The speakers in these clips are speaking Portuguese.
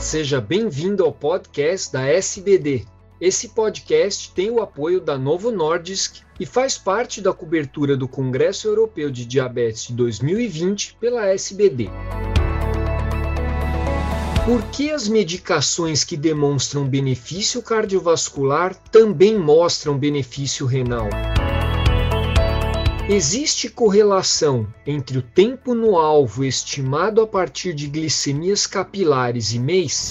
Seja bem-vindo ao podcast da SBD. Esse podcast tem o apoio da Novo Nordisk e faz parte da cobertura do Congresso Europeu de Diabetes de 2020 pela SBD. Por que as medicações que demonstram benefício cardiovascular também mostram benefício renal? Existe correlação entre o tempo no alvo estimado a partir de glicemias capilares e MACE?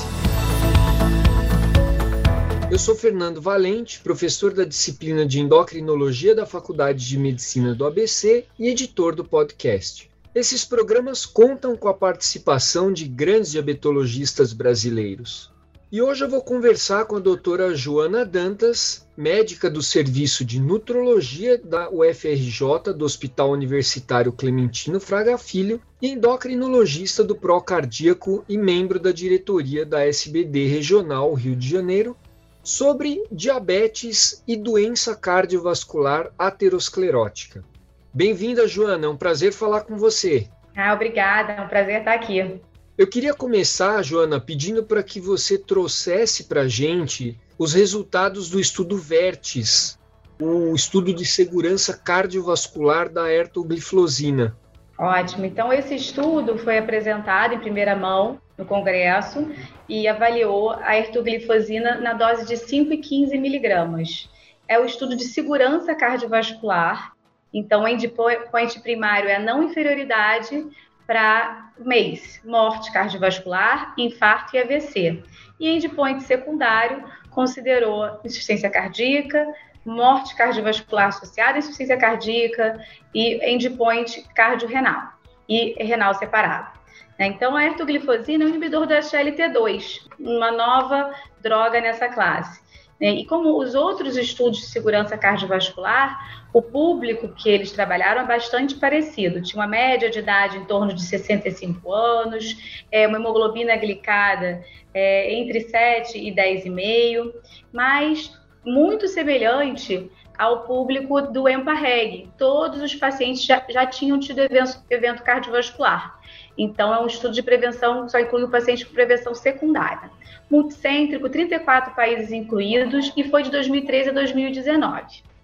Eu sou Fernando Valente, professor da disciplina de Endocrinologia da Faculdade de Medicina do ABC e editor do podcast. Esses programas contam com a participação de grandes diabetologistas brasileiros. E hoje eu vou conversar com a doutora Joana Dantas, médica do Serviço de Nutrologia da UFRJ do Hospital Universitário Clementino Fraga Filho e endocrinologista do Procardíaco e membro da diretoria da SBD Regional Rio de Janeiro, sobre diabetes e doença cardiovascular aterosclerótica. Bem-vinda, Joana, é um prazer falar com você. Obrigada, é um prazer estar aqui. Eu queria começar, Joana, pedindo para que você trouxesse para a gente os resultados do estudo VERTES, o estudo de segurança cardiovascular da ertogliflozina. Ótimo, então esse estudo foi apresentado em primeira mão no Congresso e avaliou a ertogliflozina na dose de 5 e 15 miligramas. É o estudo de segurança cardiovascular, então o endpoint primário é a não inferioridade para MACE, morte cardiovascular, infarto e AVC. E endpoint secundário considerou insuficiência cardíaca, morte cardiovascular associada à insuficiência cardíaca e endpoint cardiorrenal e renal separado. Então, a ertogliflozina é um inibidor da SGLT2, uma nova droga nessa classe. E como os outros estudos de segurança cardiovascular, o público que eles trabalharam é bastante parecido. Tinha uma média de idade em torno de 65 anos, uma hemoglobina glicada entre 7 e 10,5, mas muito semelhante ao público do EMPA-REG. Todos os pacientes já tinham tido evento cardiovascular. Então, é um estudo de prevenção, só inclui o paciente com prevenção secundária. Multicêntrico, 34 países incluídos, e foi de 2013 a 2019.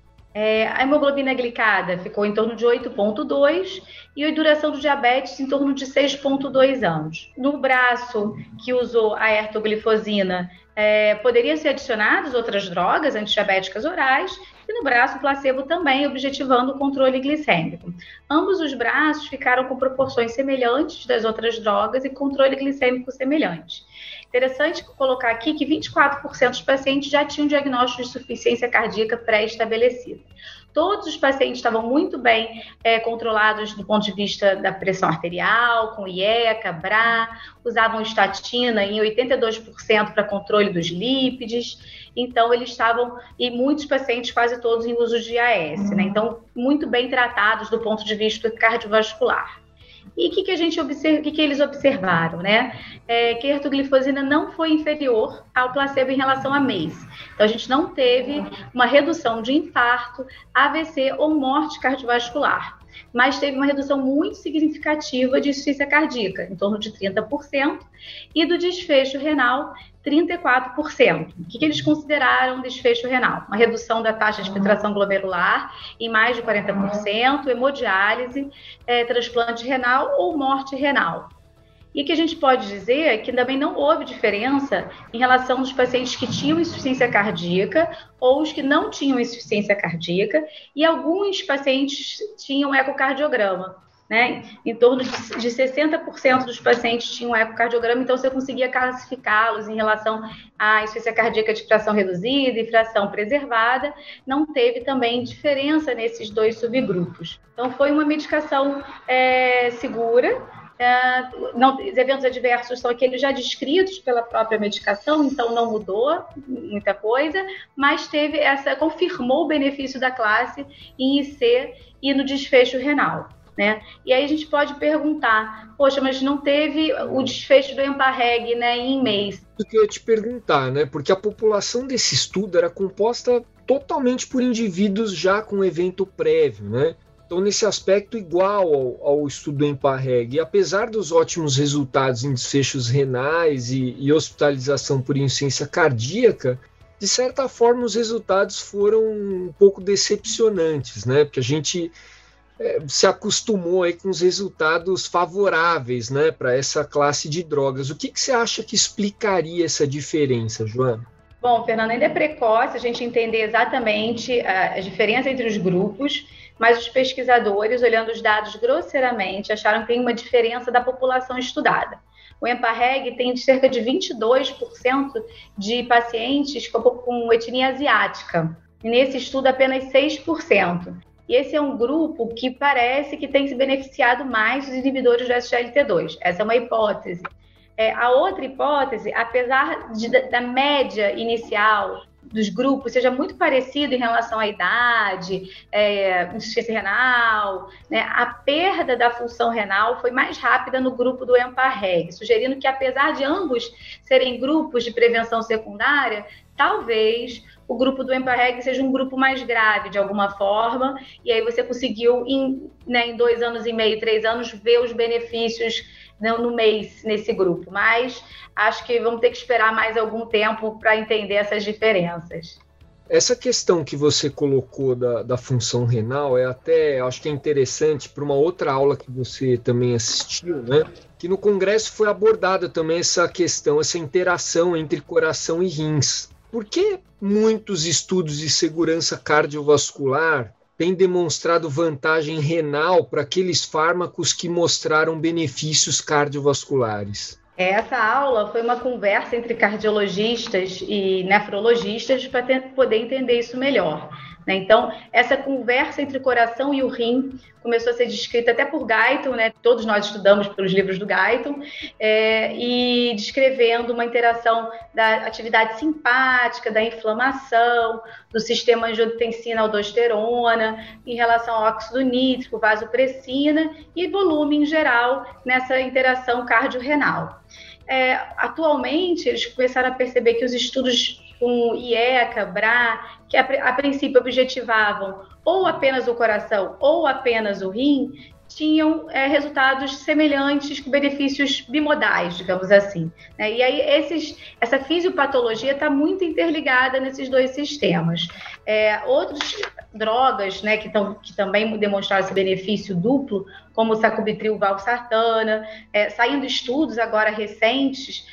A hemoglobina glicada ficou em torno de 8,2 e a duração do diabetes em torno de 6,2 anos. No braço que usou a ertogliflozina, poderiam ser adicionadas outras drogas antidiabéticas orais, e no braço placebo também, objetivando o controle glicêmico. Ambos os braços ficaram com proporções semelhantes das outras drogas e controle glicêmico semelhante. Interessante colocar aqui que 24% dos pacientes já tinham diagnóstico de insuficiência cardíaca pré-estabelecido. Todos os pacientes estavam muito bem controlados do ponto de vista da pressão arterial, com IECA, BRA, usavam estatina em 82% para controle dos lípides. Então, eles estavam, e muitos pacientes, quase todos, em uso de AS, né? Então, muito bem tratados do ponto de vista cardiovascular. E o que eles observaram, né? Que a ertogliflozina não foi inferior ao placebo em relação a MACE. Então, a gente não teve uma redução de infarto, AVC ou morte cardiovascular, mas teve uma redução muito significativa de insuficiência cardíaca, em torno de 30%, e do desfecho renal, 34%. O que eles consideraram desfecho renal? Uma redução da taxa de filtração glomerular em mais de 40%, hemodiálise, transplante renal ou morte renal. E o que a gente pode dizer é que também não houve diferença em relação aos pacientes que tinham insuficiência cardíaca ou os que não tinham insuficiência cardíaca, e alguns pacientes tinham ecocardiograma, né? Em torno de 60% dos pacientes tinham ecocardiograma, então você conseguia classificá-los em relação à insuficiência cardíaca de fração reduzida e fração preservada. Não teve também diferença nesses dois subgrupos. Então, foi uma medicação segura. Os eventos adversos são aqueles já descritos pela própria medicação, então não mudou muita coisa, mas confirmou o benefício da classe em IC e no desfecho renal, né? E aí a gente pode perguntar, poxa, mas não teve o desfecho do EMPA-REG, né, em MACE? Eu queria te perguntar, né, porque a população desse estudo era composta totalmente por indivíduos já com evento prévio, né? Então, nesse aspecto, igual ao estudo EMPA-REG. E apesar dos ótimos resultados em desfechos renais e hospitalização por insuficiência cardíaca, de certa forma, os resultados foram um pouco decepcionantes, né? Porque a gente se acostumou aí com os resultados favoráveis, né, para essa classe de drogas. O que você acha que explicaria essa diferença, Joana? Bom, Fernando, ainda é precoce a gente entender exatamente a diferença entre os grupos, mas os pesquisadores, olhando os dados grosseiramente, acharam que tem uma diferença da população estudada. O EMPA-REG tem cerca de 22% de pacientes com etnia asiática, e nesse estudo apenas 6%. E esse é um grupo que parece que tem se beneficiado mais dos inibidores do SGLT2. Essa é uma hipótese. A outra hipótese, apesar da média inicial dos grupos seja muito parecido em relação à idade, insuficiência renal, né, a perda da função renal foi mais rápida no grupo do EMPA-REG, sugerindo que, apesar de ambos serem grupos de prevenção secundária, talvez o grupo do EMPA-REG seja um grupo mais grave, de alguma forma, e aí você conseguiu, em 2 anos e meio, 3 anos, ver os benefícios no mês nesse grupo. Mas acho que vamos ter que esperar mais algum tempo para entender essas diferenças. Essa questão que você colocou da função renal acho que é interessante para uma outra aula que você também assistiu, né? Que no congresso foi abordada também essa questão, essa interação entre coração e rins. Por que muitos estudos de segurança cardiovascular têm demonstrado vantagem renal para aqueles fármacos que mostraram benefícios cardiovasculares? Essa aula foi uma conversa entre cardiologistas e nefrologistas para poder entender isso melhor. Então, essa conversa entre o coração e o rim começou a ser descrita até por Guyton, né? Todos nós estudamos pelos livros do Guyton, e descrevendo uma interação da atividade simpática, da inflamação, do sistema angiotensina-aldosterona, em relação ao óxido nítrico, vasopressina e volume em geral nessa interação cardiorrenal. Atualmente, eles começaram a perceber que os estudos com IECA, BRA, que a princípio objetivavam ou apenas o coração ou apenas o rim, tinham resultados semelhantes, com benefícios bimodais, digamos assim. E aí essa fisiopatologia está muito interligada nesses dois sistemas. Outras drogas, né, que também demonstraram esse benefício duplo, como o sacubitril valsartana, saindo estudos agora recentes,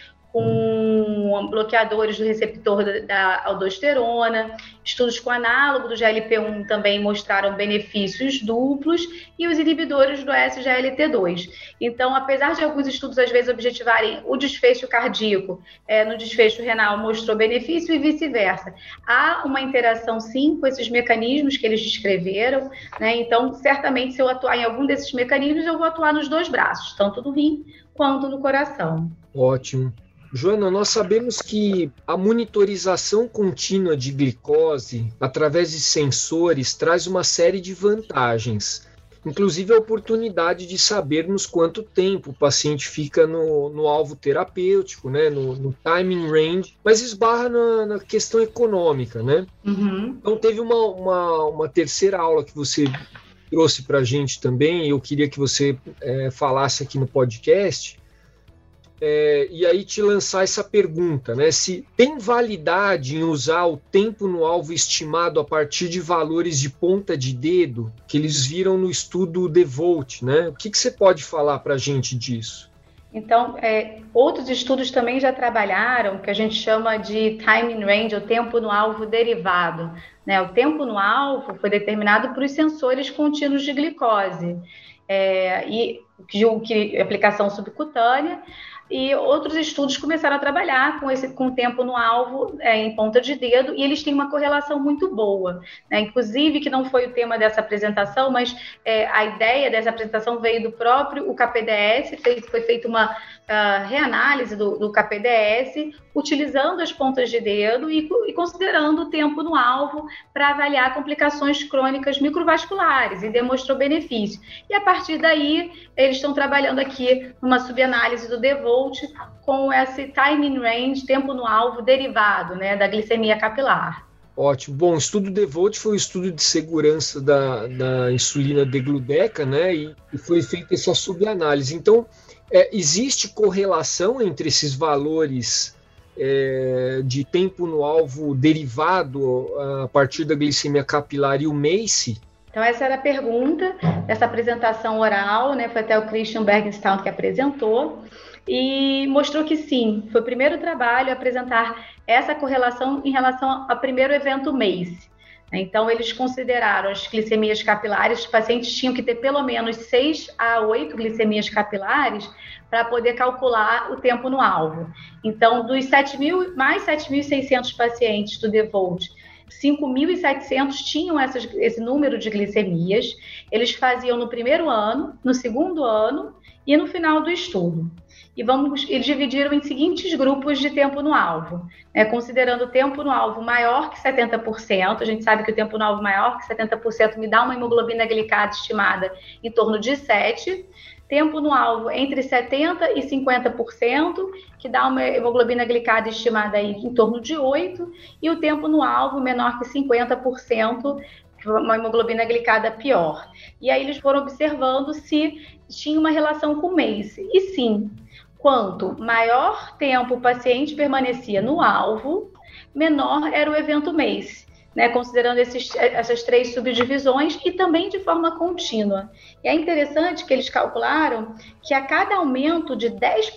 com bloqueadores do receptor da aldosterona, estudos com análogo do GLP-1 também mostraram benefícios duplos, e os inibidores do SGLT2. Então, apesar de alguns estudos às vezes objetivarem o desfecho cardíaco, no desfecho renal mostrou benefício e vice-versa. Há uma interação sim com esses mecanismos que eles descreveram, né? Então, certamente, se eu atuar em algum desses mecanismos, eu vou atuar nos dois braços, tanto no rim quanto no coração. Ótimo. Joana, nós sabemos que a monitorização contínua de glicose através de sensores traz uma série de vantagens, inclusive a oportunidade de sabermos quanto tempo o paciente fica no alvo terapêutico, né, no timing range, mas esbarra na questão econômica, né? Uhum. Então teve uma terceira aula que você trouxe para a gente também, e eu queria que você falasse aqui no podcast. E aí te lançar essa pergunta, né? Se tem validade em usar o tempo no alvo estimado a partir de valores de ponta de dedo que eles viram no estudo DEVOTE, né? O que você pode falar para a gente disso? Então, outros estudos também já trabalharam, que a gente chama de timing range, o tempo no alvo derivado, né? O tempo no alvo foi determinado por sensores contínuos de glicose, e aplicação subcutânea. E outros estudos começaram a trabalhar com o tempo no alvo em ponta de dedo, e eles têm uma correlação muito boa, né? Inclusive, que não foi o tema dessa apresentação, mas a ideia dessa apresentação veio do próprio KPDS, foi feita uma reanálise do KPDS, utilizando as pontas de dedo e considerando o tempo no alvo para avaliar complicações crônicas microvasculares, e demonstrou benefício. E a partir daí, eles estão trabalhando aqui numa subanálise do DEVOTE com esse timing range, tempo no alvo derivado, né, da glicemia capilar. Ótimo. Bom, o estudo DEVOLT foi um estudo de segurança da insulina degludeca, né? E foi feita essa subanálise. Então, existe correlação entre esses valores de tempo no alvo derivado a partir da glicemia capilar e o MACE? Então, essa era a pergunta dessa apresentação oral, né? Foi até o Christian Bergenstown que apresentou, e mostrou que sim, foi o primeiro trabalho a apresentar essa correlação em relação ao primeiro evento MACE. Então, eles consideraram as glicemias capilares, os pacientes tinham que ter pelo menos 6 a 8 glicemias capilares para poder calcular o tempo no alvo. Então, dos 7.600 pacientes do DEVOLT, 5.700 tinham esse número de glicemias. Eles faziam no primeiro ano, no segundo ano e no final do estudo. E eles dividiram em seguintes grupos de tempo no alvo, né? Considerando o tempo no alvo maior que 70%, a gente sabe que o tempo no alvo maior que 70% me dá uma hemoglobina glicada estimada em torno de 7%, tempo no alvo entre 70% e 50%, que dá uma hemoglobina glicada estimada aí em torno de 8%, e o tempo no alvo menor que 50%, uma hemoglobina glicada pior. E aí eles foram observando se tinha uma relação com o MACE. E sim, quanto maior tempo o paciente permanecia no alvo, menor era o evento MACE, né, considerando essas 3 subdivisões e também de forma contínua. E é interessante que eles calcularam que a cada aumento de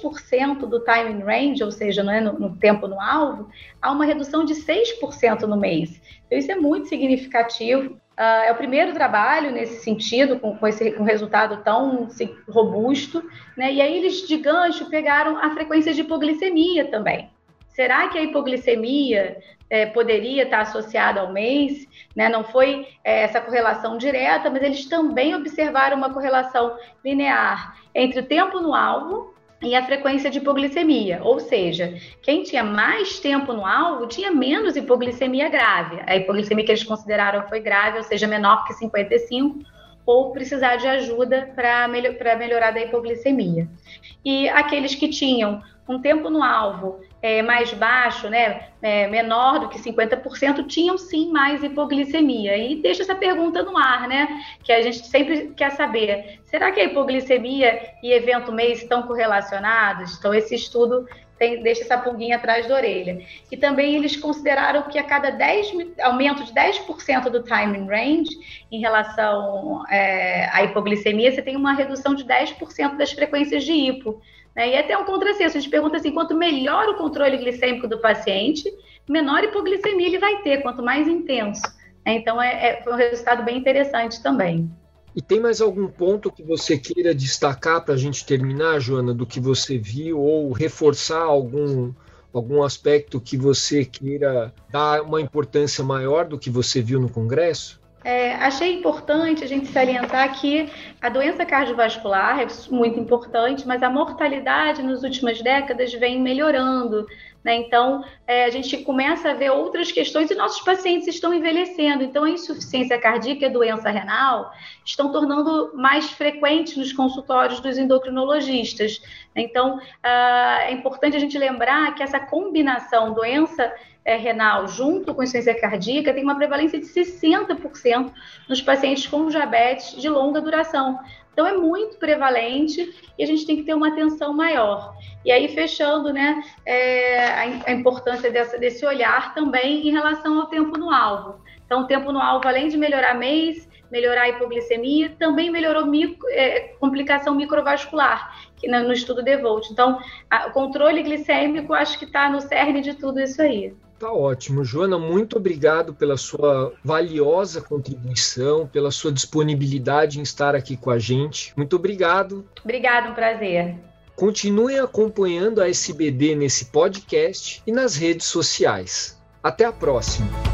10% do time in range, ou seja, né, no tempo no alvo, há uma redução de 6% no MACE. Então, isso é muito significativo. É o primeiro trabalho nesse sentido, com resultado tão robusto, né? E aí eles, de gancho, pegaram a frequência de hipoglicemia também. Será que a hipoglicemia poderia estar associada ao MACE? Né? Não foi essa correlação direta, mas eles também observaram uma correlação linear entre o tempo no alvo e a frequência de hipoglicemia, ou seja, quem tinha mais tempo no alvo tinha menos hipoglicemia grave. A hipoglicemia que eles consideraram foi grave, ou seja, menor que 55, ou precisar de ajuda para melhorar da hipoglicemia. E aqueles que tinham um tempo no alvo mais baixo, né, menor do que 50%, tinham sim mais hipoglicemia. E deixa essa pergunta no ar, né, que a gente sempre quer saber. Será que a hipoglicemia e evento MACE estão correlacionados? Então, esse estudo deixa essa pulguinha atrás da orelha. E também eles consideraram que a cada aumento de 10% do time in range em relação à hipoglicemia, você tem uma redução de 10% das frequências de hipo. Né? E até um contrassenso, a gente pergunta assim, quanto melhor o controle glicêmico do paciente, menor hipoglicemia ele vai ter, quanto mais intenso. Então, foi um resultado bem interessante também. E tem mais algum ponto que você queira destacar para a gente terminar, Joana, do que você viu, ou reforçar algum aspecto que você queira dar uma importância maior do que você viu no Congresso? Achei importante a gente salientar que a doença cardiovascular é muito importante, mas a mortalidade nas últimas décadas vem melhorando, né? Então, a gente começa a ver outras questões e nossos pacientes estão envelhecendo. Então, a insuficiência cardíaca e a doença renal estão tornando mais frequentes nos consultórios dos endocrinologistas. Então, é importante a gente lembrar que essa combinação doença renal junto com insuficiência cardíaca tem uma prevalência de 60% nos pacientes com diabetes de longa duração. Então, é muito prevalente e a gente tem que ter uma atenção maior. E aí, fechando, né, a importância desse olhar também em relação ao tempo no alvo. Então, o tempo no alvo, além de melhorar MACE, melhorar a hipoglicemia, também melhorou complicação microvascular, que no estudo DEVOLT. Então, o controle glicêmico, acho que está no cerne de tudo isso aí. Tá ótimo. Joana, muito obrigado pela sua valiosa contribuição, pela sua disponibilidade em estar aqui com a gente. Muito obrigado. Obrigada, um prazer. Continue acompanhando a SBD nesse podcast e nas redes sociais. Até a próxima.